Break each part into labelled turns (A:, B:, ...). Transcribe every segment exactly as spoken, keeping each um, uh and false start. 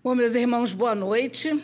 A: Bom, meus irmãos, boa noite.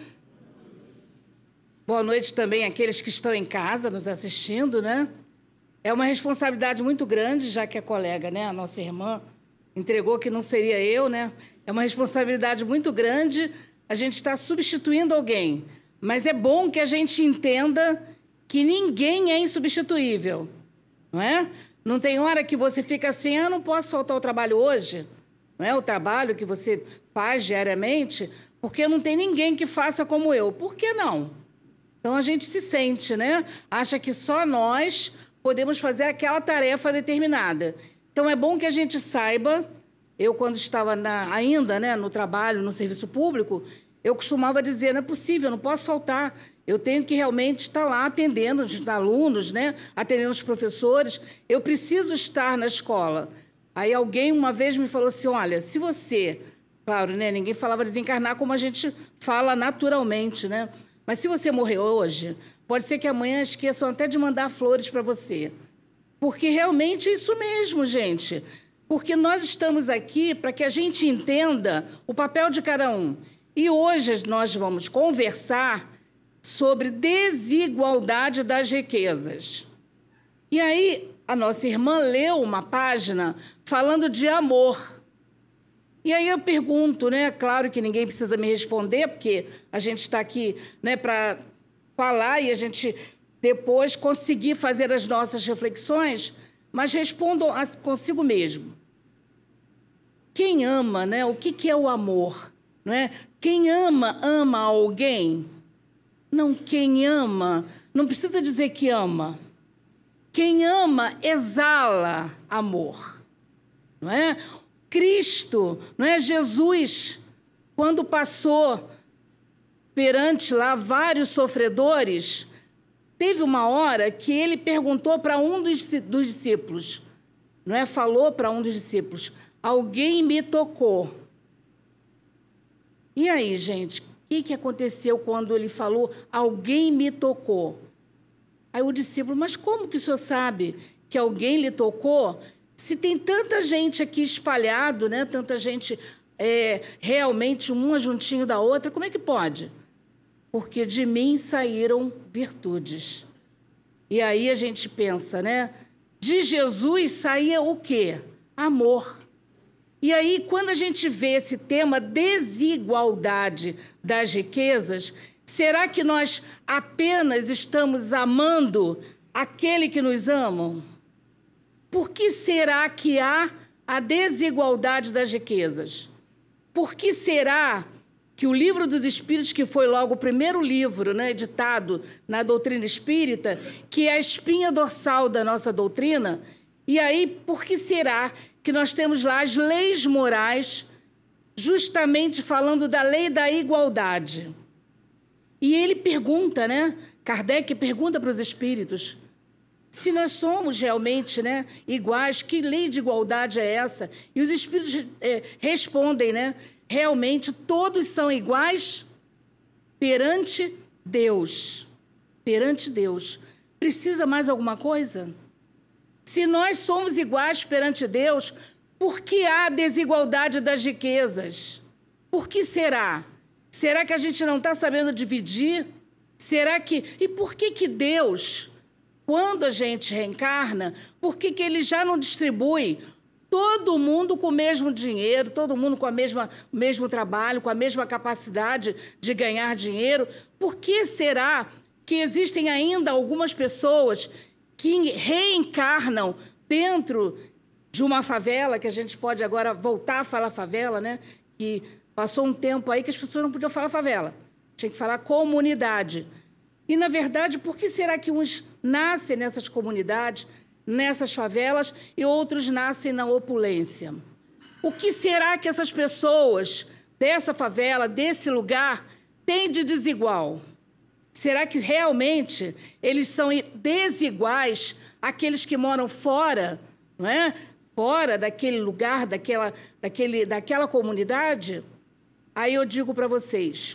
A: Boa noite também àqueles que estão em casa nos assistindo, né? É uma responsabilidade muito grande, já que a colega, né, a nossa irmã, entregou que não seria eu, né? É uma responsabilidade muito grande a gente estar substituindo alguém. Mas é bom que a gente entenda que ninguém é insubstituível, não é? Não tem hora que você fica assim, ah, não posso faltar ao trabalho hoje, não é? O trabalho que você faz diariamente, porque não tem ninguém que faça como eu. Por que não? Então, a gente se sente, né? Acha que só nós podemos fazer aquela tarefa determinada. Então, é bom que a gente saiba. Eu, quando estava na, ainda né, no trabalho, no serviço público, eu costumava dizer, não é possível, eu não posso faltar. Eu tenho que realmente estar lá atendendo os alunos, né, atendendo os professores. Eu preciso estar na escola. Aí alguém uma vez me falou assim, olha, se você... Claro, né, ninguém falava desencarnar como a gente fala naturalmente, né? Mas se você morrer hoje, pode ser que amanhã esqueçam até de mandar flores para você. Porque realmente é isso mesmo, gente. Porque nós estamos aqui para que a gente entenda o papel de cada um. E hoje nós vamos conversar sobre desigualdade das riquezas. E aí, a nossa irmã leu uma página falando de amor. E aí eu pergunto, né? Claro que ninguém precisa me responder, porque a gente está aqui, né, para falar e a gente depois conseguir fazer as nossas reflexões, mas respondam consigo mesmo. Quem ama, né? O que que é o amor? Não é? Quem ama, ama alguém? Não, quem ama, não precisa dizer que ama. Quem ama, exala amor. Não é? Cristo, não é? Jesus, quando passou perante lá vários sofredores, teve uma hora que ele perguntou para um dos, dos discípulos, não é? Falou para um dos discípulos, alguém me tocou. E aí, gente, o que, que aconteceu quando ele falou, alguém me tocou? Aí o discípulo, mas como que o senhor sabe que alguém lhe tocou? Se tem tanta gente aqui espalhado, né? Tanta gente é, realmente uma juntinho da outra, como é que pode? Porque de mim saíram virtudes. E aí a gente pensa, né? De Jesus saía o quê? Amor. E aí, quando a gente vê esse tema desigualdade das riquezas, será que nós apenas estamos amando aquele que nos ama? Por que será que há a desigualdade das riquezas? Por que será que o Livro dos Espíritos, que foi logo o primeiro livro, né, editado na doutrina espírita, que é a espinha dorsal da nossa doutrina, e aí por que será que nós temos lá as leis morais, justamente falando da lei da igualdade? E ele pergunta, né? Kardec pergunta para os espíritos, se nós somos realmente, né, iguais, que lei de igualdade é essa? E os espíritos é, respondem, né, realmente todos são iguais perante Deus. Perante Deus. Precisa mais alguma coisa? Se nós somos iguais perante Deus, por que há desigualdade das riquezas? Por que será? Será que a gente não está sabendo dividir? Será que... E por que que Deus... Quando a gente reencarna, por que que ele já não distribui todo mundo com o mesmo dinheiro, todo mundo com a mesma, o mesmo trabalho, com a mesma capacidade de ganhar dinheiro? Por que será que existem ainda algumas pessoas que reencarnam dentro de uma favela, que a gente pode agora voltar a falar favela, né? Que passou um tempo aí que as pessoas não podiam falar favela, tinha que falar comunidade. E, na verdade, por que será que uns nascem nessas comunidades, nessas favelas, e outros nascem na opulência? O que será que essas pessoas dessa favela, desse lugar, têm de desigual? Será que realmente eles são desiguais àqueles que moram fora, não é? Fora daquele lugar, daquela, daquele, daquela comunidade? Aí eu digo para vocês...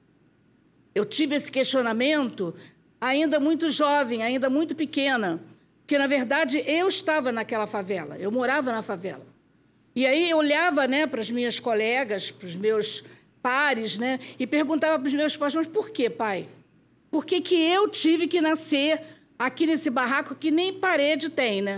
A: Eu tive esse questionamento ainda muito jovem, ainda muito pequena, porque, na verdade, eu estava naquela favela, eu morava na favela. E aí eu olhava, né, para as minhas colegas, para os meus pares, né? E perguntava para os meus pais, mas por quê, pai? Por que que eu tive que nascer aqui nesse barraco que nem parede tem, né?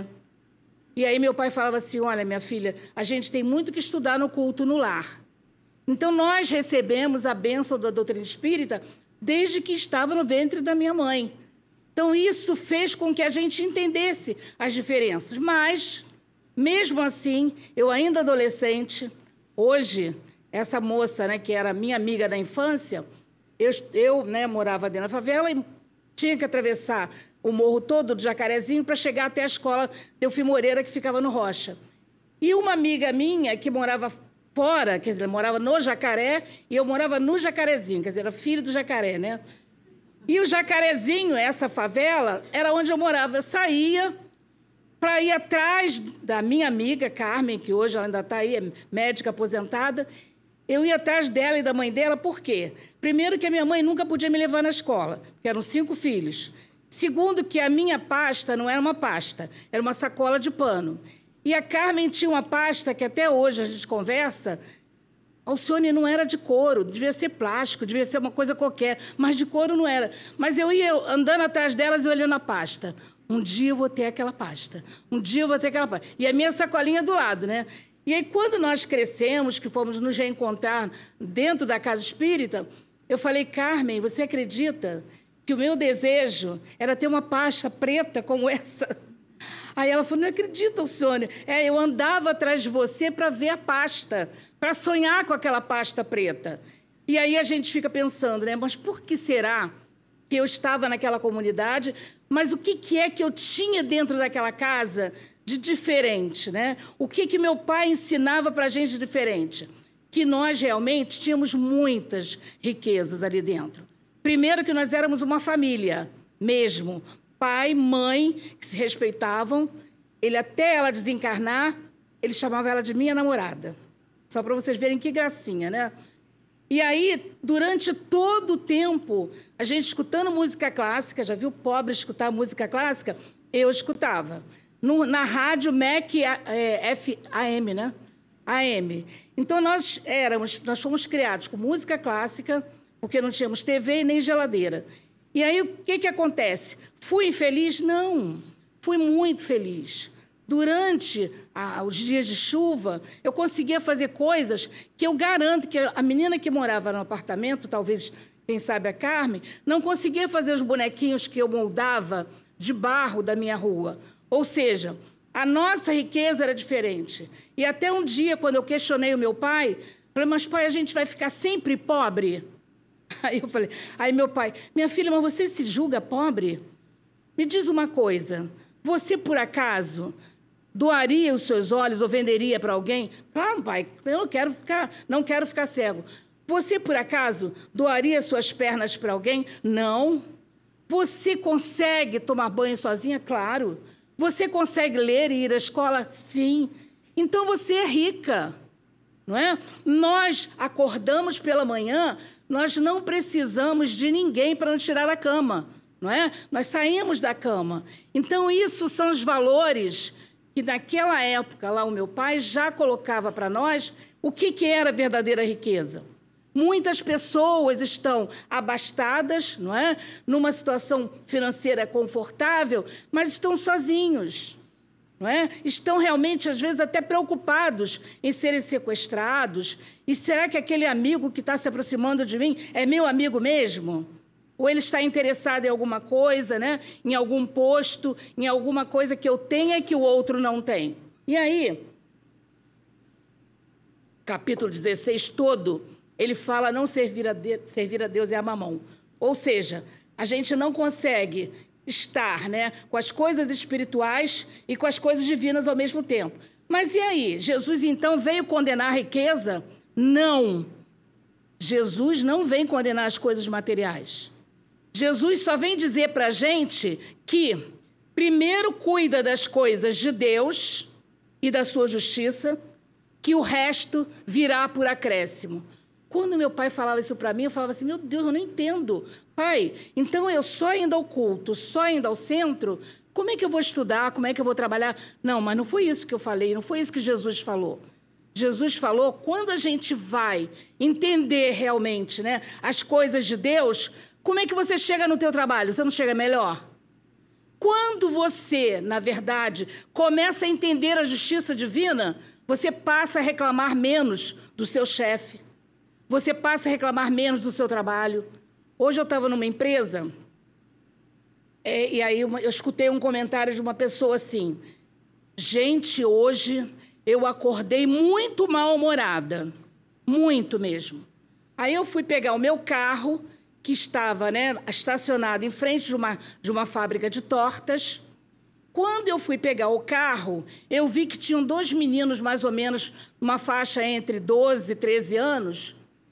A: E aí meu pai falava assim, olha, minha filha, a gente tem muito que estudar no culto no lar. Então, nós recebemos a bênção da doutrina espírita desde que estava no ventre da minha mãe. Então, isso fez com que a gente entendesse as diferenças. Mas, mesmo assim, eu ainda adolescente, hoje, essa moça, né, que era minha amiga da infância, eu, eu né, morava dentro da favela e tinha que atravessar o morro todo do Jacarezinho para chegar até a escola Delfim Moreira, que ficava no Rocha. E uma amiga minha, que morava fora, quer dizer, morava no Jacaré, e eu morava no Jacarezinho, quer dizer, era filho do Jacaré, né? E o Jacarezinho, essa favela, era onde eu morava. Eu saía para ir atrás da minha amiga, Carmen, que hoje ela ainda está aí, é médica aposentada. Eu ia atrás dela e da mãe dela, por quê? Primeiro, que a minha mãe nunca podia me levar na escola, porque eram cinco filhos. Segundo, que a minha pasta não era uma pasta, era uma sacola de pano. E a Carmen tinha uma pasta que até hoje a gente conversa, Alcione, não era de couro, devia ser plástico, devia ser uma coisa qualquer, mas de couro não era. Mas eu ia andando atrás delas e olhando a pasta. Um dia eu vou ter aquela pasta, um dia eu vou ter aquela pasta. E a minha sacolinha do lado, né? E aí, quando nós crescemos, que fomos nos reencontrar dentro da casa espírita, eu falei, Carmen, você acredita que o meu desejo era ter uma pasta preta como essa? Aí ela falou, não acredito, Alcione. É, eu andava atrás de você para ver a pasta, para sonhar com aquela pasta preta. E aí a gente fica pensando, né? Mas por que será que eu estava naquela comunidade? Mas o que, que é que eu tinha dentro daquela casa de diferente, né? O que, que meu pai ensinava para a gente de diferente? Que nós realmente tínhamos muitas riquezas ali dentro. Primeiro que nós éramos uma família mesmo. Pai, mãe, que se respeitavam. Ele, até ela desencarnar, ele chamava ela de minha namorada. Só para vocês verem que gracinha, né? E aí, durante todo o tempo, a gente escutando música clássica, já viu pobre escutar música clássica? Eu escutava. No, na rádio M E C é, F A M, né? A M. Então, nós éramos, nós fomos criados com música clássica, porque não tínhamos T V e nem geladeira. E aí, o que, que acontece? Fui infeliz? Não. Fui muito feliz. Durante a, os dias de chuva, eu conseguia fazer coisas que eu garanto que a menina que morava no apartamento, talvez, quem sabe a Carmen, não conseguia fazer os bonequinhos que eu moldava de barro da minha rua. Ou seja, a nossa riqueza era diferente. E até um dia, quando eu questionei o meu pai, falei, mas pai, a gente vai ficar sempre pobre? Aí eu falei, aí meu pai, minha filha, mas você se julga pobre? Me diz uma coisa, você, por acaso, doaria os seus olhos ou venderia para alguém? Claro, pai, eu não quero ficar, não quero ficar cego. Você, por acaso, doaria suas pernas para alguém? Não. Você consegue tomar banho sozinha? Claro. Você consegue ler e ir à escola? Sim. Então, você é rica, não é? Nós acordamos pela manhã, nós não precisamos de ninguém para nos tirar da cama, não é? Nós saímos da cama. Então, isso são os valores que, naquela época, lá o meu pai já colocava para nós o que, que era a verdadeira riqueza. Muitas pessoas estão abastadas, não é? Numa situação financeira confortável, mas estão sozinhos. Não é? Estão realmente, às vezes, até preocupados em serem sequestrados. E será que aquele amigo que está se aproximando de mim é meu amigo mesmo? Ou ele está interessado em alguma coisa, né? Em algum posto, em alguma coisa que eu tenha que o outro não tem? E aí, capítulo dezesseis todo, ele fala não servir a, de, servir a Deus é a mamão. Ou seja, a gente não consegue estar, né, com as coisas espirituais e com as coisas divinas ao mesmo tempo. Mas e aí? Jesus, então, veio condenar a riqueza? Não. Jesus não vem condenar as coisas materiais. Jesus só vem dizer para a gente que primeiro cuida das coisas de Deus e da sua justiça, que o resto virá por acréscimo. Quando meu pai falava isso para mim, eu falava assim, meu Deus, eu não entendo. Pai, então eu só indo ao culto, só indo ao centro, como é que eu vou estudar, como é que eu vou trabalhar? Não, mas não foi isso que eu falei, não foi isso que Jesus falou. Jesus falou, quando a gente vai entender realmente, né, as coisas de Deus, como é que você chega no teu trabalho? Você não chega melhor? Quando você, na verdade, começa a entender a justiça divina, você passa a reclamar menos do seu chefe. Você passa a reclamar menos do seu trabalho. Hoje eu estava numa empresa, é, e aí eu escutei um comentário de uma pessoa assim, gente, hoje eu acordei muito mal-humorada, muito mesmo. Aí eu fui pegar o meu carro, que estava, né, estacionado em frente de uma, de uma fábrica de tortas. Quando eu fui pegar o carro, eu vi que tinham dois meninos, mais ou menos, uma faixa entre doze e treze anos,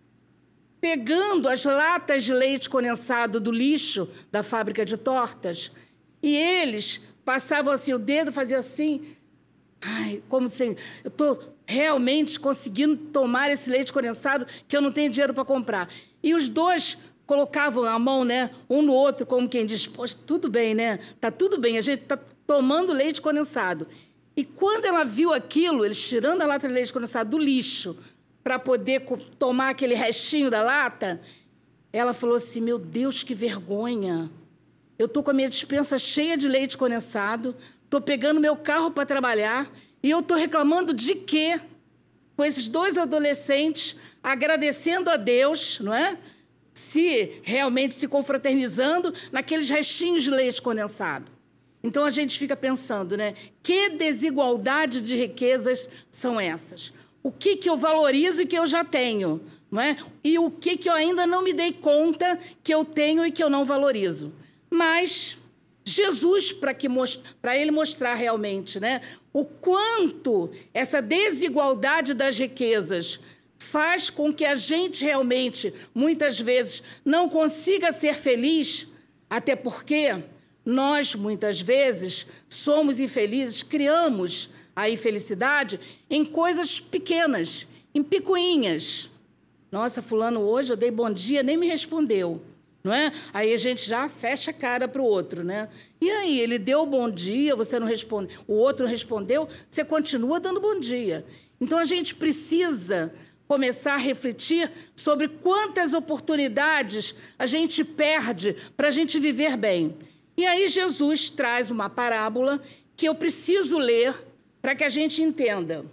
A: pegando as latas de leite condensado do lixo da fábrica de tortas, e eles passavam assim, o dedo fazia assim, ai, como se eu estou realmente conseguindo tomar esse leite condensado que eu não tenho dinheiro para comprar. E os dois colocavam a mão, né, um no outro, como quem diz, poxa, tudo bem, né? Tá tudo bem, a gente está tomando leite condensado. E quando ela viu aquilo, eles tirando a lata de leite condensado do lixo para poder tomar aquele restinho da lata, ela falou assim, meu Deus, que vergonha. Eu estou com a minha despensa cheia de leite condensado, estou pegando meu carro para trabalhar e eu estou reclamando de quê? Com esses dois adolescentes agradecendo a Deus, não é? Se realmente se confraternizando naqueles restinhos de leite condensado. Então, a gente fica pensando, né? Que desigualdade de riquezas são essas? O que, que eu valorizo e que eu já tenho? Não é? E o que, que eu ainda não me dei conta que eu tenho e que eu não valorizo? Mas Jesus, para que para ele mostrar realmente, né, o quanto essa desigualdade das riquezas faz com que a gente realmente, muitas vezes, não consiga ser feliz, até porque nós, muitas vezes, somos infelizes, criamos a infelicidade em coisas pequenas, em picuinhas. Nossa, fulano, hoje eu dei bom dia, nem me respondeu, não é? Aí a gente já fecha a cara para o outro, né? E aí, ele deu bom dia, você não responde, o outro respondeu, você continua dando bom dia. Então, a gente precisa começar a refletir sobre quantas oportunidades a gente perde para a gente viver bem. E aí Jesus traz uma parábola que eu preciso ler para que a gente entenda.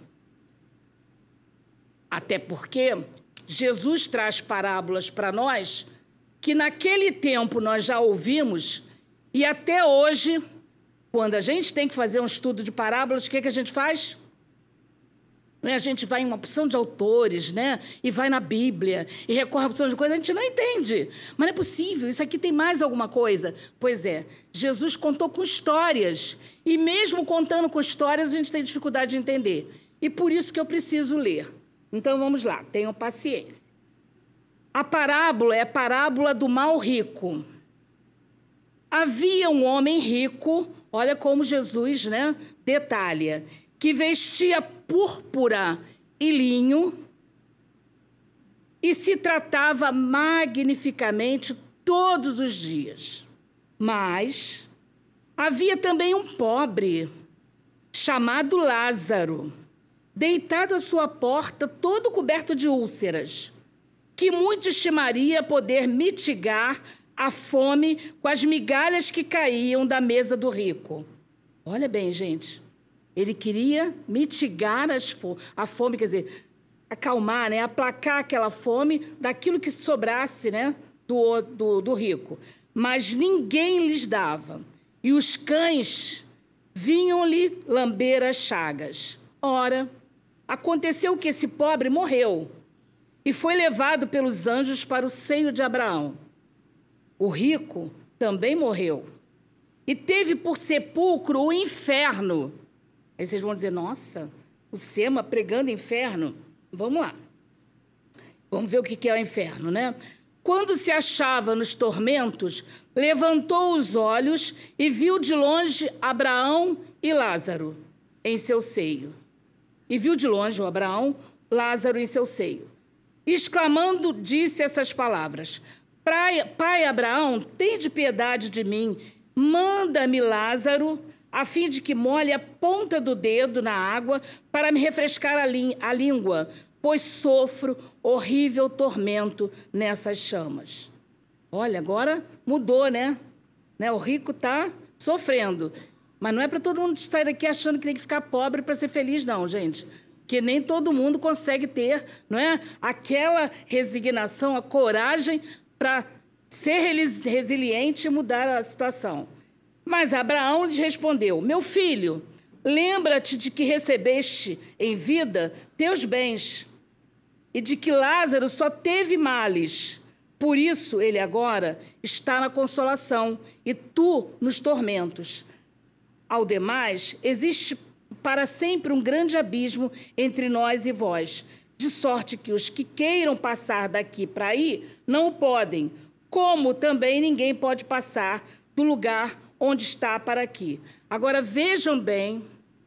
A: Até porque Jesus traz parábolas para nós que naquele tempo nós já ouvimos e até hoje, quando a gente tem que fazer um estudo de parábolas, o que, que a gente faz? A gente vai em uma opção de autores, né? E vai na Bíblia, e recorre a opção de coisas, a gente não entende. Mas não é possível, isso aqui tem mais alguma coisa. Pois é, Jesus contou com histórias, e mesmo contando com histórias, a gente tem dificuldade de entender. E por isso que eu preciso ler. Então, vamos lá, tenham paciência. A parábola é a parábola do mal rico. Havia um homem rico, olha como Jesus, né, detalha, que vestia púrpura e linho e se tratava magnificamente todos os dias. Mas havia também um pobre, chamado Lázaro, deitado à sua porta, todo coberto de úlceras, que muito estimaria poder mitigar a fome com as migalhas que caíam da mesa do rico. Olha bem, gente. Ele queria mitigar as fo a fome, quer dizer, acalmar, né? Aplacar aquela fome daquilo que sobrasse, né? do, do, do rico. Mas ninguém lhes dava. E os cães vinham-lhe lamber as chagas. Ora, aconteceu que esse pobre morreu e foi levado pelos anjos para o seio de Abraão. O rico também morreu e teve por sepulcro o inferno. Aí vocês vão dizer, nossa, o Sema pregando inferno. Vamos lá. Vamos ver o que é o inferno, né? Quando se achava nos tormentos, levantou os olhos e viu de longe Abraão e Lázaro em seu seio. E viu de longe o Abraão, Lázaro em seu seio. Exclamando, disse essas palavras: Pai, pai Abraão, tende piedade de mim, manda-me Lázaro a fim de que molhe a ponta do dedo na água para me refrescar a, a língua, pois sofro horrível tormento nessas chamas. Olha, agora mudou, né? né? O rico está sofrendo. Mas não é para todo mundo sair daqui achando que tem que ficar pobre para ser feliz, não, gente. Porque nem todo mundo consegue ter, não é, aquela resignação, a coragem para ser resiliente e mudar a situação. Mas Abraão lhes respondeu: meu filho, lembra-te de que recebeste em vida teus bens e de que Lázaro só teve males. Por isso ele agora está na consolação e tu nos tormentos. Ao demais, existe para sempre um grande abismo entre nós e vós, de sorte que os que queiram passar daqui para aí não o podem, como também ninguém pode passar do lugar onde está para aqui. Agora, vejam bem,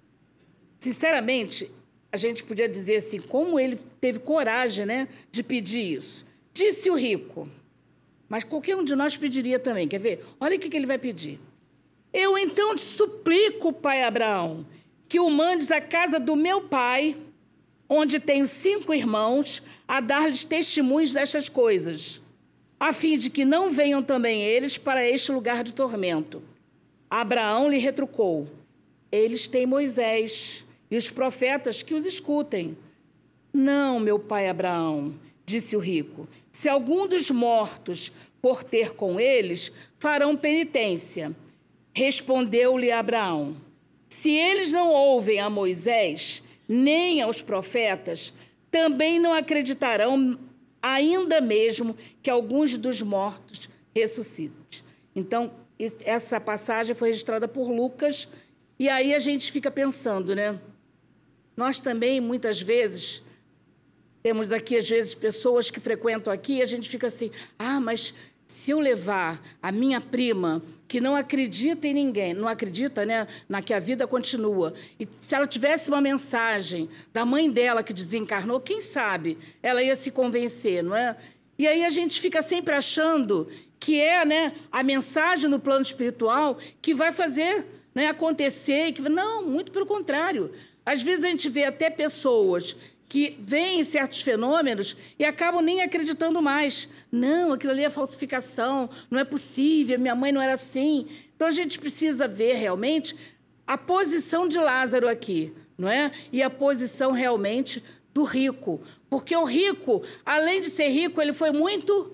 A: sinceramente, a gente podia dizer assim, como ele teve coragem, né, de pedir isso. Disse o rico, mas qualquer um de nós pediria também, quer ver? Olha o que ele vai pedir. Eu então te suplico, pai Abraão, que o mandes à casa do meu pai, onde tenho cinco irmãos, a dar-lhes testemunhos destas coisas, a fim de que não venham também eles para este lugar de tormento. Abraão lhe retrucou: eles têm Moisés e os profetas que os escutem. Não, meu pai Abraão, disse o rico, se algum dos mortos for ter com eles, farão penitência. Respondeu-lhe Abraão: se eles não ouvem a Moisés, nem aos profetas, também não acreditarão, ainda mesmo que alguns dos mortos ressuscitem. Então, essa passagem foi registrada por Lucas, e aí a gente fica pensando, né? Nós também, muitas vezes, temos daqui, às vezes, pessoas que frequentam aqui, e a gente fica assim, ah, mas se eu levar a minha prima, que não acredita em ninguém, não acredita, né, na que a vida continua, e se ela tivesse uma mensagem da mãe dela que desencarnou, quem sabe ela ia se convencer, não é? E aí a gente fica sempre achando que é, né, a mensagem no plano espiritual que vai fazer, né, acontecer. Que... Não, muito pelo contrário. Às vezes a gente vê até pessoas que veem certos fenômenos e acabam nem acreditando mais. Não, aquilo ali é falsificação, não é possível, minha mãe não era assim. Então, a gente precisa ver realmente a posição de Lázaro aqui, não é? E a posição realmente do rico. Porque o rico, além de ser rico, ele foi muito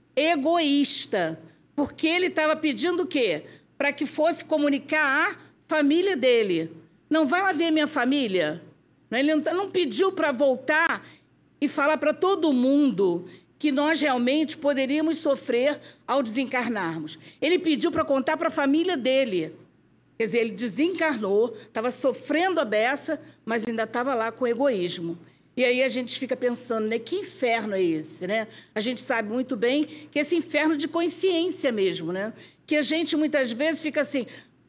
A: egoísta, porque ele estava pedindo o quê? Para que fosse comunicar à família dele. Não vai lá ver minha família? Ele não pediu para voltar e falar para todo mundo que nós realmente poderíamos sofrer ao desencarnarmos. Ele pediu para contar para a família dele. Quer dizer, ele desencarnou, estava sofrendo a beça, mas ainda estava lá com egoísmo. E aí a gente fica pensando, né, que inferno é esse, né? A gente sabe muito bem que esse inferno de consciência mesmo, né? Que a gente muitas vezes fica assim...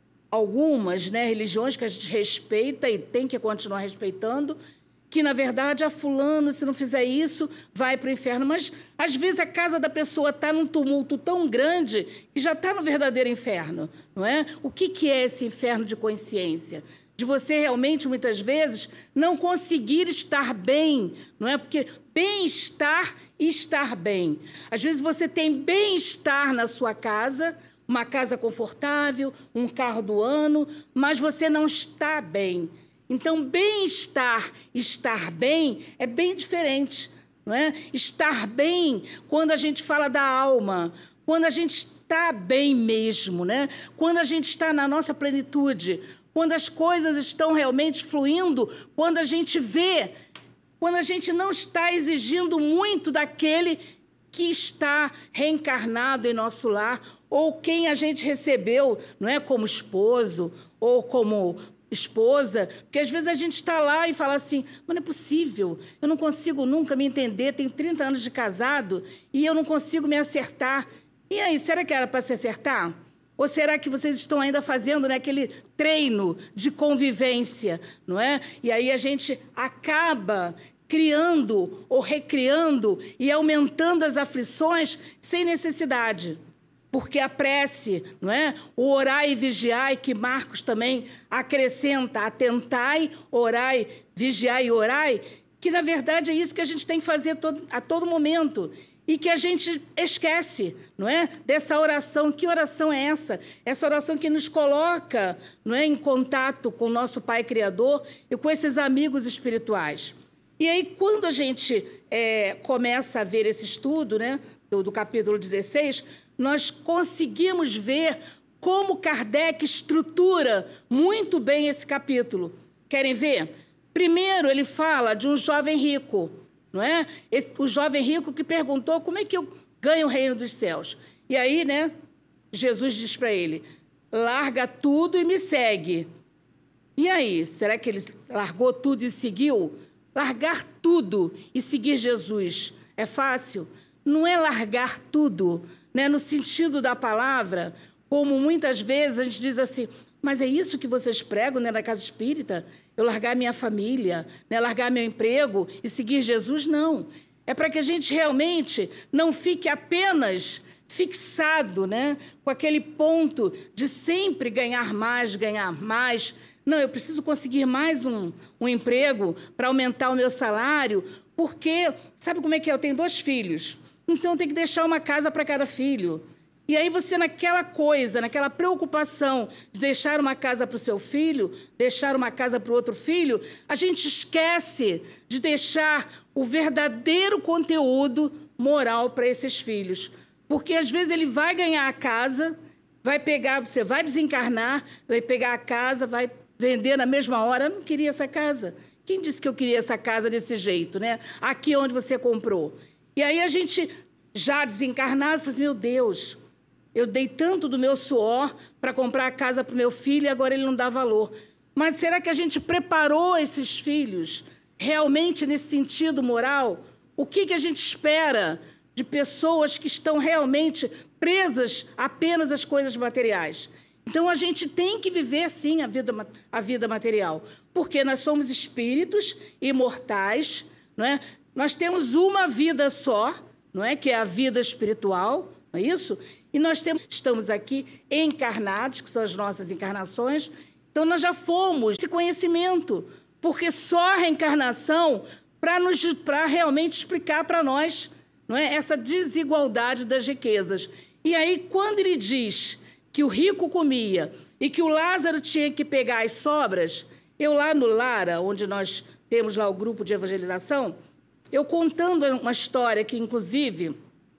A: Algumas, né, religiões que a gente respeita e tem que continuar respeitando, que, na verdade, a fulano, se não fizer isso, vai para o inferno. Mas, às vezes, a casa da pessoa está num tumulto tão grande que já está no verdadeiro inferno, não é? O que, que é esse inferno de consciência? De você realmente, muitas vezes, não conseguir estar bem, não é? Porque bem-estar e estar bem. Às vezes, você tem bem-estar na sua casa... uma casa confortável, um carro do ano, mas você não está bem. Então, bem-estar, estar bem, é bem diferente, não é? Estar bem, quando a gente fala da alma, quando a gente está bem mesmo, né? Quando a gente está na nossa plenitude, quando as coisas estão realmente fluindo, quando a gente vê, quando a gente não está exigindo muito daquele que está reencarnado em nosso lar, ou quem a gente recebeu, não é, como esposo ou como esposa, porque às vezes a gente está lá e fala assim, mas não é possível, eu não consigo nunca me entender, tenho trinta anos de casado e eu não consigo me acertar. E aí, será que era para se acertar? Ou será que vocês estão ainda fazendo, né, aquele treino de convivência, não é? E aí a gente acaba criando ou recriando e aumentando as aflições sem necessidade. porque a prece, não é? O orai e vigiai, que Marcos também acrescenta, atentai, orai, vigiai e orai, que, na verdade, é isso que a gente tem que fazer todo, a todo momento. E que a gente esquece, não é? Dessa oração. Que oração é essa? Essa oração que nos coloca, não é, em contato com o nosso Pai Criador e com esses amigos espirituais. E aí, quando a gente é, começa a ver esse estudo, né, do, do capítulo dezesseis, nós conseguimos ver como Kardec estrutura muito bem esse capítulo. Querem ver? Primeiro, ele fala de um jovem rico, não é? Esse, o jovem rico que perguntou como é que eu ganho o reino dos céus. E aí, né, Jesus diz para ele, larga tudo e me segue. E aí, será que ele largou tudo e seguiu? Largar tudo e seguir Jesus é fácil? Não é largar tudo, né, no sentido da palavra, como muitas vezes a gente diz assim, mas é isso que vocês pregam, né, na casa espírita? Eu largar minha família, né, largar meu emprego e seguir Jesus? Não. É para que a gente realmente não fique apenas fixado, né, com aquele ponto de sempre ganhar mais, ganhar mais. Não, eu preciso conseguir mais um, um emprego para aumentar o meu salário, porque, sabe como é que é? Eu tenho dois filhos, então eu tenho que deixar uma casa para cada filho. E aí você, naquela coisa, naquela preocupação de deixar uma casa para o seu filho, deixar uma casa para o outro filho, a gente esquece de deixar o verdadeiro conteúdo moral para esses filhos. Porque, às vezes, ele vai ganhar a casa, vai pegar, você vai desencarnar, vai pegar a casa, vai vender na mesma hora. Eu não queria essa casa. Quem disse que eu queria essa casa desse jeito, né? Aqui onde você comprou. E aí a gente, já desencarnado, fala assim, meu Deus, eu dei tanto do meu suor para comprar a casa para o meu filho e agora ele não dá valor. Mas será que a gente preparou esses filhos realmente nesse sentido moral? O que, que a gente espera de pessoas que estão realmente presas apenas às coisas materiais? Então, a gente tem que viver, sim, a vida, a vida material, porque nós somos espíritos imortais, não é? Nós temos uma vida só, não é? Que é a vida espiritual, não é isso? E nós temos, estamos aqui encarnados, que são as nossas encarnações, então nós já fomos esse conhecimento, porque só a reencarnação para nos, para realmente explicar para nós, não é, essa desigualdade das riquezas. E aí, quando ele diz que o rico comia e que o Lázaro tinha que pegar as sobras, eu lá no Lara, onde nós temos lá o grupo de evangelização, eu contando uma história que, inclusive,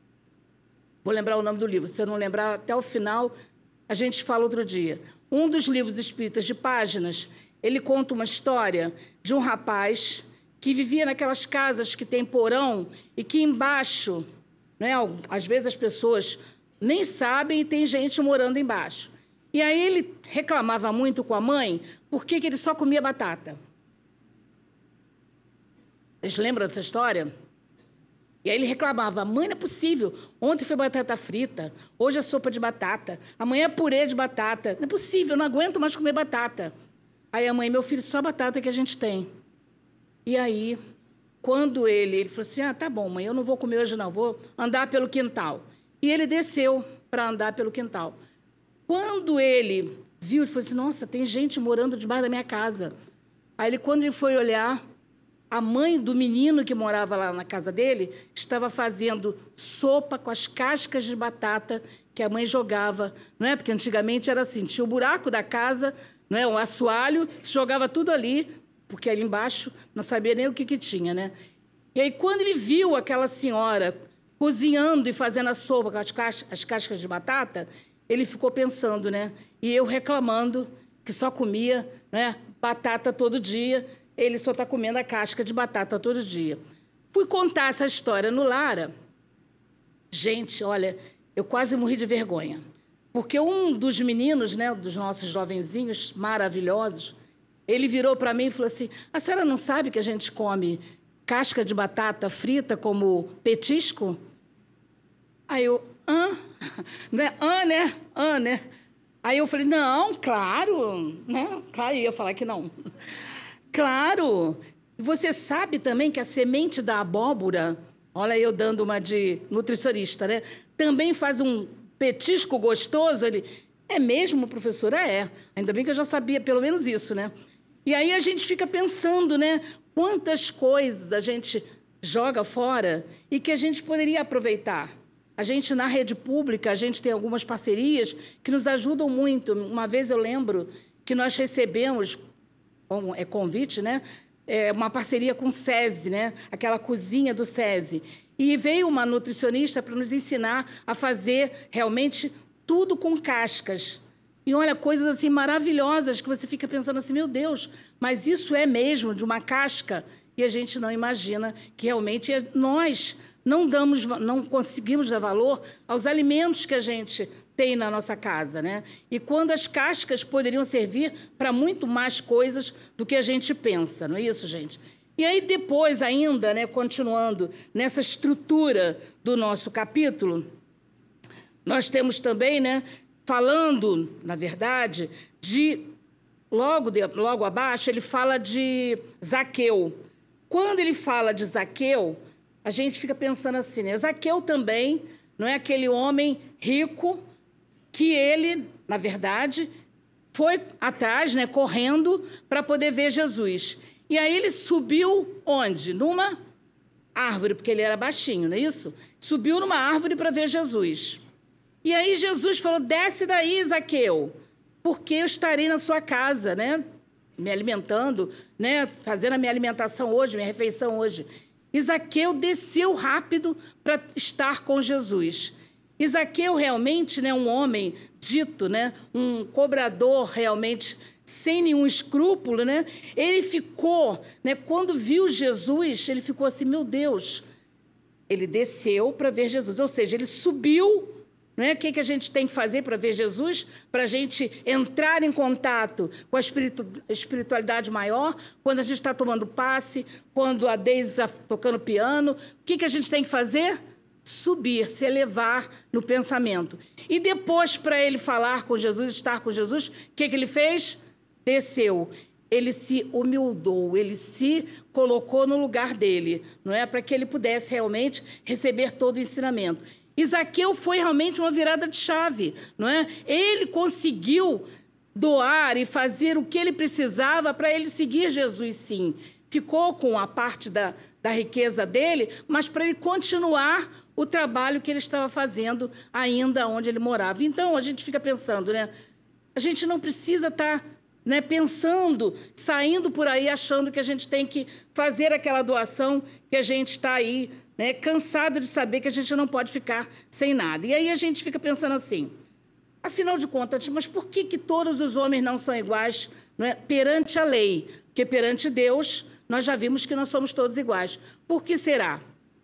A: vou lembrar o nome do livro, se eu não lembrar até o final, a gente fala outro dia. Um dos livros espíritas de páginas, ele conta uma história de um rapaz que vivia naquelas casas que tem porão e que embaixo, né, às vezes as pessoas nem sabem e tem gente morando embaixo. E aí ele reclamava muito com a mãe porque que ele só comia batata. Vocês lembram dessa história? E aí ele reclamava, mãe, não é possível, ontem foi batata frita, hoje é sopa de batata, amanhã é purê de batata, não é possível, eu não aguento mais comer batata. Aí a mãe, meu filho, só batata que a gente tem. E aí, quando ele, ele falou assim, ah, tá bom, mãe, eu não vou comer hoje não, vou andar pelo quintal. E ele desceu para andar pelo quintal. Quando ele viu, ele falou assim, nossa, tem gente morando debaixo da minha casa. Aí, ele, quando ele foi olhar, a mãe do menino que morava lá na casa dele estava fazendo sopa com as cascas de batata que a mãe jogava, não é? Porque antigamente era assim, tinha o buraco da casa, não é? Um assoalho, se jogava tudo ali, porque ali embaixo não sabia nem o que, que tinha, né? E aí, quando ele viu aquela senhora cozinhando e fazendo a sopa com as, cas as cascas de batata, ele ficou pensando, né? E eu reclamando que só comia, né, batata todo dia, ele só está comendo a casca de batata todo dia. Fui contar essa história no Lara. Gente, olha, eu quase morri de vergonha. Porque um dos meninos, né, dos nossos jovenzinhos maravilhosos, ele virou para mim e falou assim, a senhora não sabe que a gente come casca de batata frita como petisco? Aí eu, hã? Né? Hã, né? Hã, né? Aí eu falei, não, claro, né? Claro, eu ia falar que não. Claro. Você sabe também que a semente da abóbora, olha eu dando uma de nutricionista, né? Também faz um petisco gostoso. Ele, é mesmo, professora? É. Ainda bem que eu já sabia pelo menos isso, né? E aí a gente fica pensando, né? Quantas coisas a gente joga fora e que a gente poderia aproveitar. A gente, na rede pública, a gente tem algumas parcerias que nos ajudam muito. Uma vez eu lembro que nós recebemos, é convite, né? É uma parceria com o SESI, né? Aquela cozinha do SESI. E veio uma nutricionista para nos ensinar a fazer realmente tudo com cascas. E olha, coisas assim maravilhosas que você fica pensando assim, meu Deus, mas isso é mesmo de uma casca? E a gente não imagina que realmente é, nós não damos, não conseguimos dar valor aos alimentos que a gente tem na nossa casa, né? E quando as cascas poderiam servir para muito mais coisas do que a gente pensa, não é isso, gente? E aí depois ainda, né, continuando nessa estrutura do nosso capítulo, nós temos também, né, falando, na verdade, de logo, de, logo abaixo, ele fala de Zaqueu. Quando ele fala de Zaqueu, a gente fica pensando assim, né? Zaqueu também não é aquele homem rico que ele, na verdade, foi atrás, né, correndo para poder ver Jesus. E aí ele subiu onde? Numa árvore, porque ele era baixinho, não é isso? Subiu numa árvore para ver Jesus. E aí Jesus falou, desce daí, Zaqueu, porque eu estarei na sua casa, né? Me alimentando, né? Fazendo a minha alimentação hoje, minha refeição hoje. E Zaqueu desceu rápido para estar com Jesus. E Zaqueu realmente, né, um homem dito, né, um cobrador realmente sem nenhum escrúpulo, né? Ele ficou, né, quando viu Jesus, ele ficou assim, meu Deus. Ele desceu para ver Jesus, ou seja, ele subiu. Não é? O que, que a gente tem que fazer para ver Jesus? Para a gente entrar em contato com a espiritu espiritualidade maior, quando a gente está tomando passe, quando a Deise está tocando piano. O que, que a gente tem que fazer? Subir, se elevar no pensamento. E depois, para ele falar com Jesus, estar com Jesus, o que, que ele fez? Desceu. Ele se humildou, ele se colocou no lugar dele, não é? Para que ele pudesse realmente receber todo o ensinamento. E Zaqueu foi realmente uma virada de chave, não é? Ele conseguiu doar e fazer o que ele precisava para ele seguir Jesus, sim. Ficou com a parte da, da riqueza dele, mas para ele continuar o trabalho que ele estava fazendo ainda onde ele morava. Então, a gente fica pensando, né? A gente não precisa estar, né, pensando, saindo por aí, achando que a gente tem que fazer aquela doação que a gente está aí, né, cansado de saber que a gente não pode ficar sem nada. E aí a gente fica pensando assim, afinal de contas, mas por que, que todos os homens não são iguais, não é, perante a lei? Porque perante Deus, nós já vimos que nós somos todos iguais. Por que será?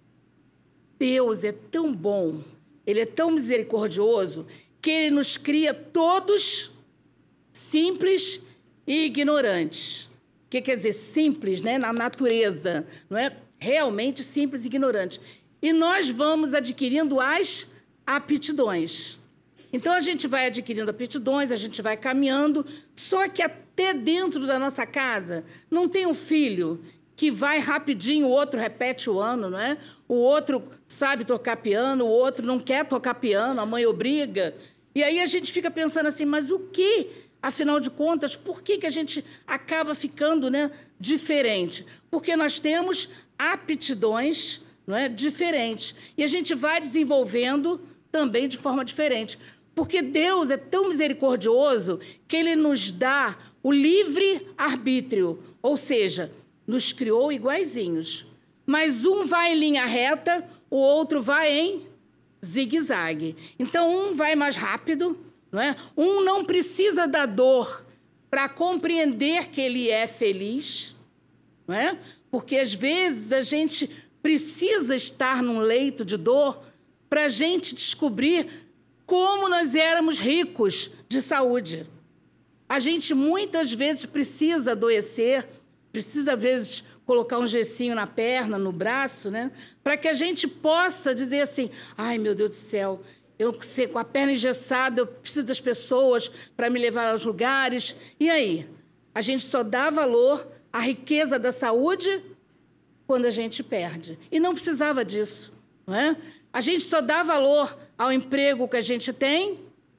A: Deus é tão bom, Ele é tão misericordioso, que Ele nos cria todos simples e ignorantes. O que quer dizer simples, né? Na natureza, não é? Realmente simples e ignorantes. E nós vamos adquirindo as aptidões. Então, a gente vai adquirindo aptidões, a gente vai caminhando, só que até dentro da nossa casa não tem um filho que vai rapidinho, o outro repete o ano, não é? O outro sabe tocar piano, o outro não quer tocar piano, a mãe obriga. E aí a gente fica pensando assim, mas o que, afinal de contas, por que, que a gente acaba ficando, né, diferente? Porque nós temos aptidões, não é, diferentes. E a gente vai desenvolvendo também de forma diferente. Porque Deus é tão misericordioso que Ele nos dá o livre arbítrio, ou seja, nos criou iguaizinhos. Mas um vai em linha reta, o outro vai em zigue-zague. Então, um vai mais rápido, não é? Um não precisa da dor para compreender que ele é feliz, não é? Porque, às vezes, a gente precisa estar num leito de dor para a gente descobrir como nós éramos ricos de saúde. A gente, muitas vezes, precisa adoecer, precisa, às vezes, colocar um gessinho na perna, no braço, né? Para que a gente possa dizer assim, ai, meu Deus do céu, eu sei, com a perna engessada, eu preciso das pessoas para me levar aos lugares. E aí? A gente só dá valor à riqueza da saúde quando a gente perde. E não precisava disso, não é? A gente só dá valor ao emprego que a gente tem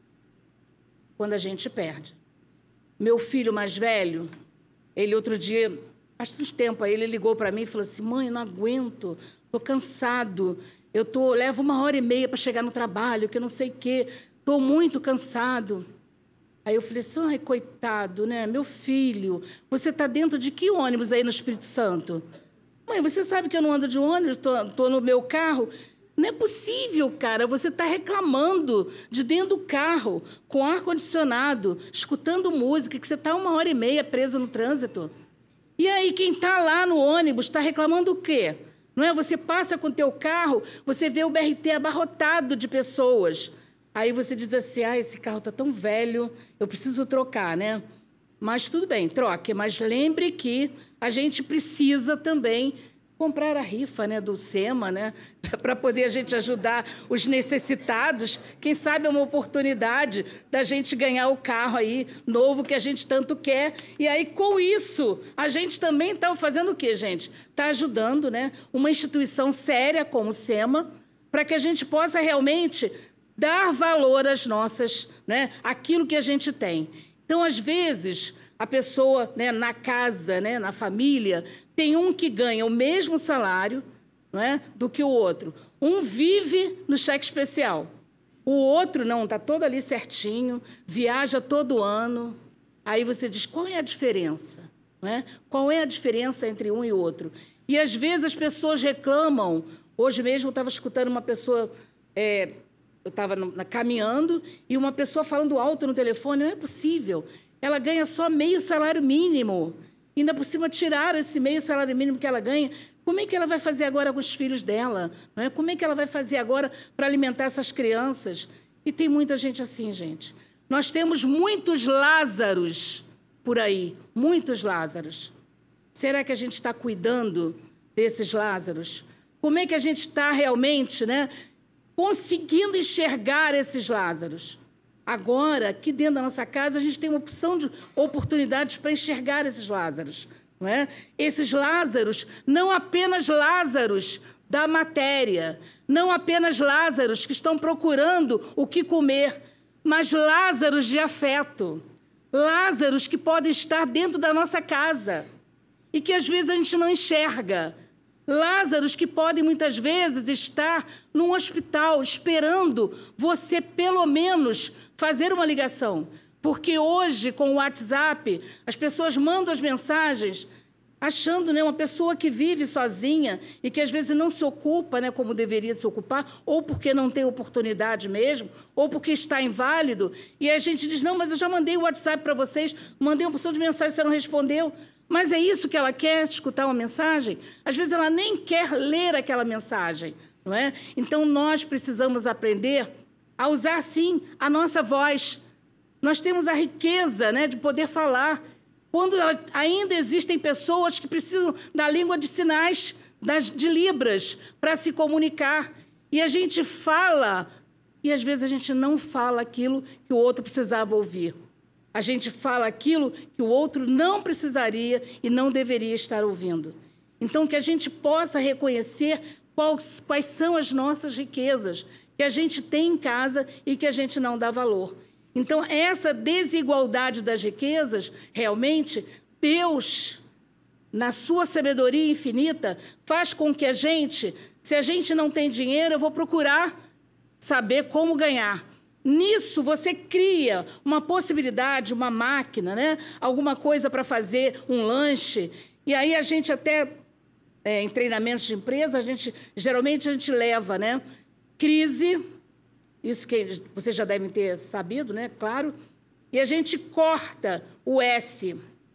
A: quando a gente perde. Meu filho mais velho, ele outro dia, faz uns tempos, aí ele ligou para mim e falou assim, mãe, não aguento, estou cansado, eu tô, levo uma hora e meia para chegar no trabalho, que eu não sei o quê, estou muito cansado. Aí eu falei assim, ai, coitado, né? Meu filho, você está dentro de que ônibus aí no Espírito Santo? Mãe, você sabe que eu não ando de ônibus, estou no meu carro. Não é possível, cara, você está reclamando de dentro do carro, com ar-condicionado, escutando música, que você está uma hora e meia preso no trânsito. E aí, quem está lá no ônibus está reclamando o quê? Não é? Você passa com o teu carro, você vê o B R T abarrotado de pessoas. Aí você diz assim, ah, esse carro está tão velho, eu preciso trocar, né? Mas tudo bem, troque. Mas lembre que a gente precisa também comprar a rifa, né, do SEMA, né, para poder a gente ajudar os necessitados. Quem sabe é uma oportunidade da gente ganhar o carro aí novo que a gente tanto quer. E aí, com isso, a gente também está fazendo o quê, gente? Está ajudando, né, uma instituição séria como o SEMA, para que a gente possa realmente dar valor às nossas, né, aquilo que a gente tem. Então, às vezes, a pessoa, né, na casa, né, na família, tem um que ganha o mesmo salário, não é, do que o outro. Um vive no cheque especial. O outro, não, está todo ali certinho, viaja todo ano. Aí você diz, qual é a diferença? Não é? Qual é a diferença entre um e outro? E, às vezes, as pessoas reclamam. Hoje mesmo eu estava escutando uma pessoa... É, eu estava caminhando e uma pessoa falando alto no telefone, não é possível. Ela ganha só meio salário mínimo. Ainda por cima tiraram esse meio salário mínimo que ela ganha. Como é que ela vai fazer agora com os filhos dela? Não é? Como é que ela vai fazer agora para alimentar essas crianças? E tem muita gente assim, gente. Nós temos muitos Lázaros por aí, muitos Lázaros. Será que a gente está cuidando desses Lázaros? Como é que a gente está realmente, né, conseguindo enxergar esses Lázaros? Agora, aqui dentro da nossa casa, a gente tem uma opção de oportunidades para enxergar esses Lázaros. Não é? Esses Lázaros, não apenas Lázaros da matéria, não apenas Lázaros que estão procurando o que comer, mas Lázaros de afeto, Lázaros que podem estar dentro da nossa casa e que, às vezes, a gente não enxerga. Lázaros que podem, muitas vezes, estar num hospital esperando você, pelo menos, fazer uma ligação. Porque hoje, com o WhatsApp, as pessoas mandam as mensagens achando, né, uma pessoa que vive sozinha e que, às vezes, não se ocupa, né, como deveria se ocupar, ou porque não tem oportunidade mesmo, ou porque está inválido. E a gente diz, não, mas eu já mandei o WhatsApp para vocês, mandei uma porção de mensagens, você não respondeu. Mas é isso que ela quer, escutar uma mensagem? Às vezes ela nem quer ler aquela mensagem, não é? Então, nós precisamos aprender a usar, sim, a nossa voz. Nós temos a riqueza, né, de poder falar. Quando ainda existem pessoas que precisam da língua de sinais, das, de Libras, para se comunicar. E a gente fala, e às vezes a gente não fala aquilo que o outro precisava ouvir. A gente fala aquilo que o outro não precisaria e não deveria estar ouvindo. Então, que a gente possa reconhecer quais, quais são as nossas riquezas que a gente tem em casa e que a gente não dá valor. Então, essa desigualdade das riquezas, realmente, Deus, na sua sabedoria infinita, faz com que a gente, se a gente não tem dinheiro, eu vou procurar saber como ganhar. Nisso, você cria uma possibilidade, uma máquina, né? Alguma coisa para fazer um lanche. E aí a gente até, é, em treinamentos de empresa, a gente, geralmente a gente leva, né, crise, isso que vocês já devem ter sabido, né? Claro. E a gente corta o S.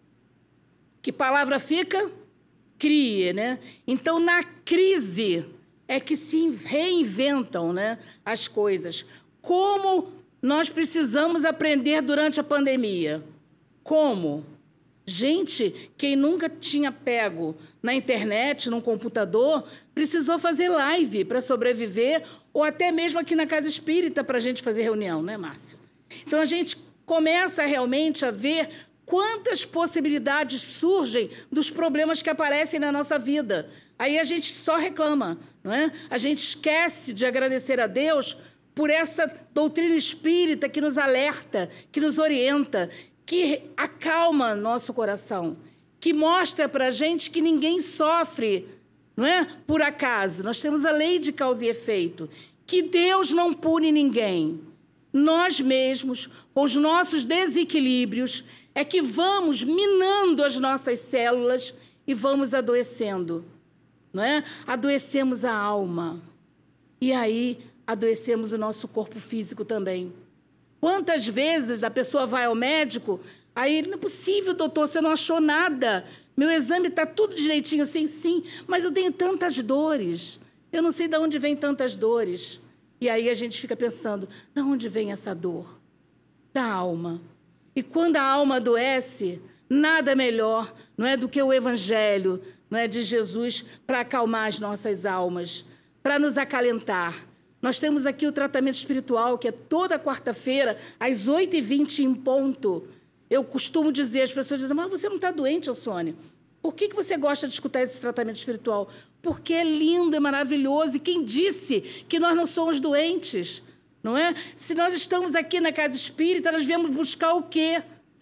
A: Que palavra fica? Crie, né? Então, na crise é que se reinventam, né, as coisas. Como nós precisamos aprender durante a pandemia? Como? Gente, quem nunca tinha pego na internet, num computador, precisou fazer live para sobreviver, ou até mesmo aqui na Casa Espírita para a gente fazer reunião, né, Márcio? Então, a gente começa realmente a ver quantas possibilidades surgem dos problemas que aparecem na nossa vida. Aí a gente só reclama, não é? A gente esquece de agradecer a Deus por essa doutrina espírita que nos alerta, que nos orienta, que acalma nosso coração, que mostra para a gente que ninguém sofre, não é? Por acaso. Nós temos a lei de causa e efeito, que Deus não pune ninguém. Nós mesmos, com os nossos desequilíbrios, é que vamos minando as nossas células e vamos adoecendo, não é? Adoecemos a alma. E aí adoecemos o nosso corpo físico também. Quantas vezes a pessoa vai ao médico, aí, não é possível, doutor, você não achou nada. Meu exame está tudo direitinho, assim, sim, mas eu tenho tantas dores. Eu não sei de onde vêm tantas dores. E aí a gente fica pensando, de onde vem essa dor? Da alma. E quando a alma adoece, nada melhor, não é, do que o Evangelho, não é, de Jesus para acalmar as nossas almas, para nos acalentar. Nós temos aqui o tratamento espiritual, que é toda quarta-feira, às oito e vinte em ponto. Eu costumo dizer, as pessoas dizem, mas você não está doente, Sônia? Por que, que você gosta de escutar esse tratamento espiritual? Porque é lindo, é maravilhoso. E quem disse que nós não somos doentes? Não é? Se nós estamos aqui na casa espírita, nós viemos buscar o quê?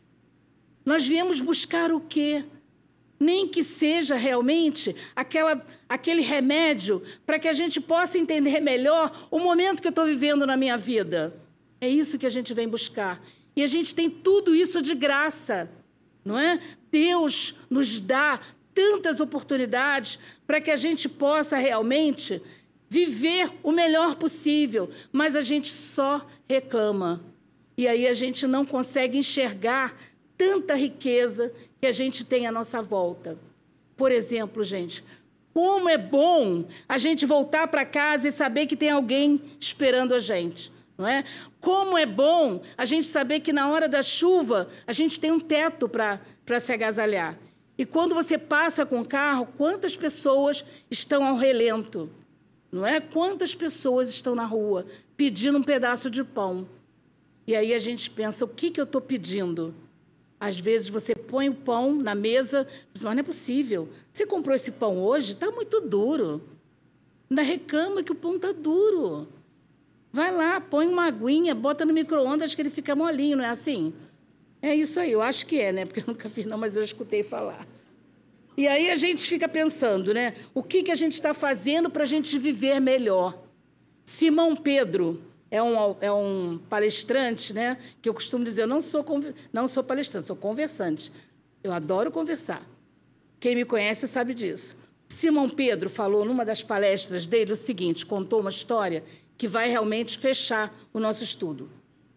A: Nós viemos buscar o quê? Nem que seja realmente aquela, aquele remédio para que a gente possa entender melhor o momento que eu estou vivendo na minha vida. É isso que a gente vem buscar. E a gente tem tudo isso de graça, não é? Deus nos dá tantas oportunidades para que a gente possa realmente viver o melhor possível, mas a gente só reclama. E aí a gente não consegue enxergar tanta riqueza que a gente tem à nossa volta. Por exemplo, gente, como é bom a gente voltar para casa e saber que tem alguém esperando a gente, não é? Como é bom a gente saber que na hora da chuva a gente tem um teto para para se agasalhar. E quando você passa com o carro, quantas pessoas estão ao relento, não é? Quantas pessoas estão na rua pedindo um pedaço de pão. E aí a gente pensa, o que, que eu estou pedindo? Às vezes você põe o pão na mesa, mas não é possível. Você comprou esse pão hoje? Está muito duro. Ainda reclama que o pão está duro. Vai lá, põe uma aguinha, bota no micro-ondas que ele fica molinho, não é assim? É isso aí, eu acho que é, né? Porque eu nunca fiz não, mas eu escutei falar. E aí a gente fica pensando, né? O que, que a gente está fazendo para a gente viver melhor? Simão Pedro é um, é um palestrante, né? Que eu costumo dizer, eu não sou, não sou palestrante, sou conversante. Eu adoro conversar. Quem me conhece sabe disso. Simão Pedro falou numa das palestras dele o seguinte, contou uma história que vai realmente fechar o nosso estudo.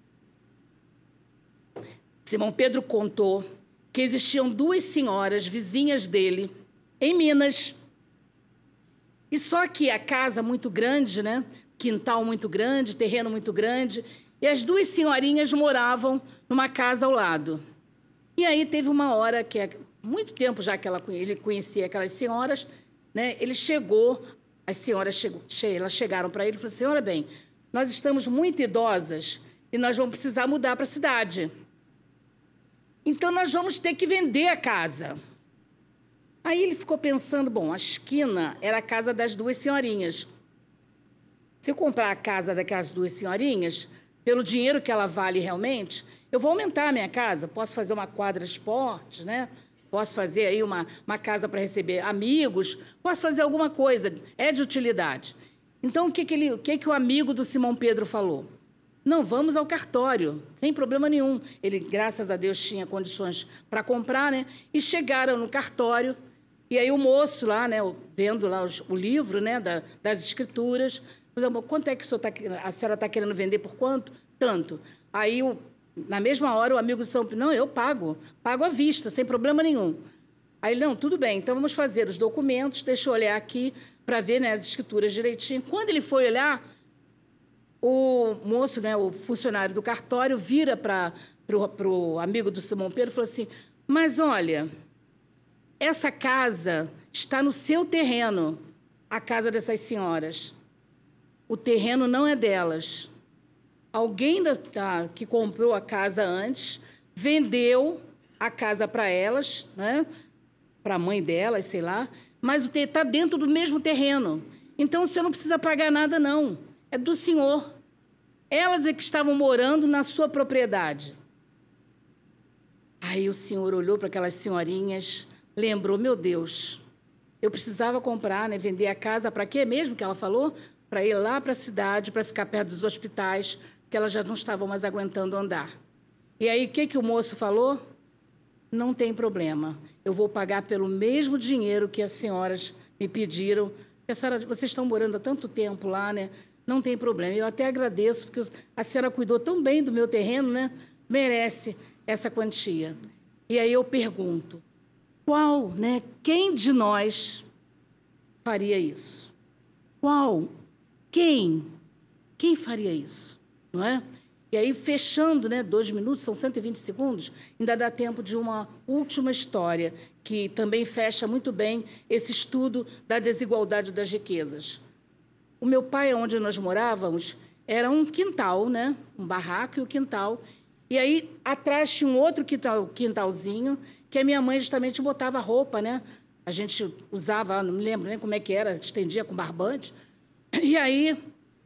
A: Simão Pedro contou que existiam duas senhoras vizinhas dele, em Minas. E só que a casa muito grande, né? Quintal muito grande, terreno muito grande, e as duas senhorinhas moravam numa casa ao lado. E aí teve uma hora, que é muito tempo já que ela, ele conhecia aquelas senhoras, né? Ele chegou, as senhoras chegou, elas chegaram para ele e falaram assim, olha bem, nós estamos muito idosas e nós vamos precisar mudar para a cidade. Então, nós vamos ter que vender a casa. Aí ele ficou pensando, bom, a esquina era a casa das duas senhorinhas. Se eu comprar a casa daquelas duas senhorinhas, pelo dinheiro que ela vale realmente, eu vou aumentar a minha casa, posso fazer uma quadra de esporte, né? Posso fazer aí uma, uma casa para receber amigos, posso fazer alguma coisa, é de utilidade. Então, o que, que, ele, o, que, que o amigo do Simão Pedro falou? Não, vamos ao cartório, sem problema nenhum. Ele, graças a Deus, tinha condições para comprar, né? E chegaram no cartório, e aí o moço lá, né, vendo lá os, o livro, né, da, das escrituras, falou, quanto é que o senhor tá, a senhora está querendo vender por quanto? Tanto. Aí, o, na mesma hora, o amigo do São Pedro, não, eu pago, pago à vista, sem problema nenhum. Aí ele, não, tudo bem, então vamos fazer os documentos, deixa eu olhar aqui para ver, né, as escrituras direitinho. Quando ele foi olhar, o moço, né, o funcionário do cartório, vira para o amigo do Simão Pedro e falou assim, mas olha, essa casa está no seu terreno, a casa dessas senhoras. O terreno não é delas. Alguém da, da, que comprou a casa antes, vendeu a casa para elas, né, para a mãe delas, sei lá, mas está dentro do mesmo terreno. Então, o senhor não precisa pagar nada, não. É do senhor. Elas é que estavam morando na sua propriedade. Aí o senhor olhou para aquelas senhorinhas, lembrou, meu Deus, eu precisava comprar, né, vender a casa, para quê mesmo que ela falou? Para ir lá para a cidade, para ficar perto dos hospitais, porque elas já não estavam mais aguentando andar. E aí, o que, que o moço falou? Não tem problema, eu vou pagar pelo mesmo dinheiro que as senhoras me pediram. A senhora, vocês estão morando há tanto tempo lá, né? Não tem problema. Eu até agradeço, porque a senhora cuidou tão bem do meu terreno, né? Merece essa quantia. E aí eu pergunto, qual, né? Quem de nós faria isso? Qual? Quem? Quem faria isso? Não é? E aí, fechando, né, dois minutos, são cento e vinte segundos, ainda dá tempo de uma última história, que também fecha muito bem esse estudo da desigualdade das riquezas. O meu pai, onde nós morávamos, era um quintal, né, um barraco e o quintal. E aí, atrás tinha um outro quintal, quintalzinho, que a minha mãe justamente botava roupa, né? A gente usava, não me lembro nem como é que era, estendia com barbante. E aí,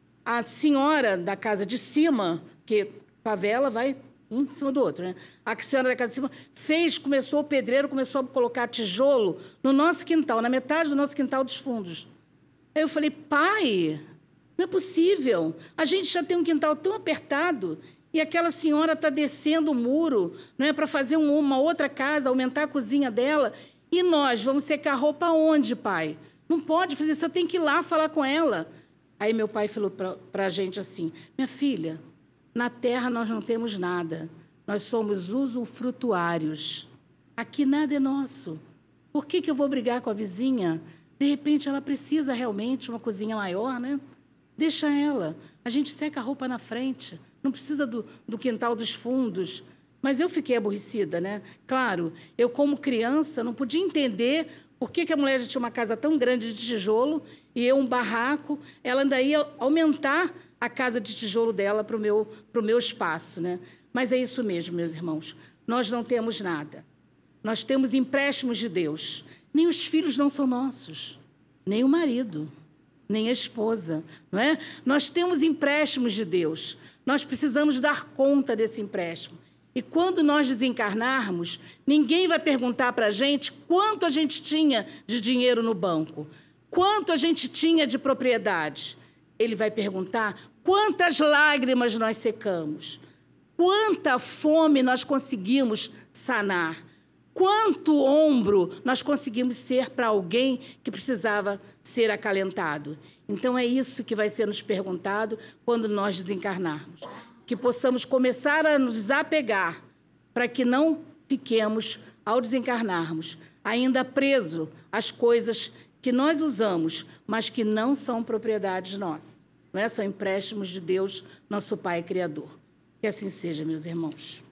A: a senhora da casa de cima, que favela vai um em cima do outro, né? A senhora da casa de cima fez, começou, o pedreiro começou a colocar tijolo no nosso quintal, na metade do nosso quintal dos fundos. Aí eu falei, pai, não é possível. A gente já tem um quintal tão apertado e aquela senhora está descendo o muro, não é, para fazer um, uma outra casa, aumentar a cozinha dela. E nós vamos secar roupa onde, pai? Não pode fazer, só tem que ir lá falar com ela. Aí meu pai falou para a gente assim, minha filha, na terra nós não temos nada, nós somos usufrutuários. Aqui nada é nosso. Por que, que eu vou brigar com a vizinha? De repente ela precisa realmente de uma cozinha maior, né? Deixa ela. A gente seca a roupa na frente, não precisa do, do quintal dos fundos. Mas eu fiquei aborrecida, né? Claro, eu como criança não podia entender por que, que a mulher já tinha uma casa tão grande de tijolo e eu um barraco, ela ainda ia aumentar a casa de tijolo dela para o meu, pro meu espaço, né? Mas é isso mesmo, meus irmãos. Nós não temos nada. Nós temos empréstimos de Deus. Nem os filhos não são nossos, nem o marido, nem a esposa, não é? Nós temos empréstimos de Deus. Nós precisamos dar conta desse empréstimo. E quando nós desencarnarmos, ninguém vai perguntar para a gente quanto a gente tinha de dinheiro no banco, quanto a gente tinha de propriedade. Ele vai perguntar quantas lágrimas nós secamos, quanta fome nós conseguimos sanar, quanto ombro nós conseguimos ser para alguém que precisava ser acalentado. Então, é isso que vai ser nos perguntado quando nós desencarnarmos. Que possamos começar a nos apegar para que não fiquemos, ao desencarnarmos, ainda preso às coisas que nós usamos, mas que não são propriedades nossas. Não é? São empréstimos de Deus, nosso Pai Criador. Que assim seja, meus irmãos.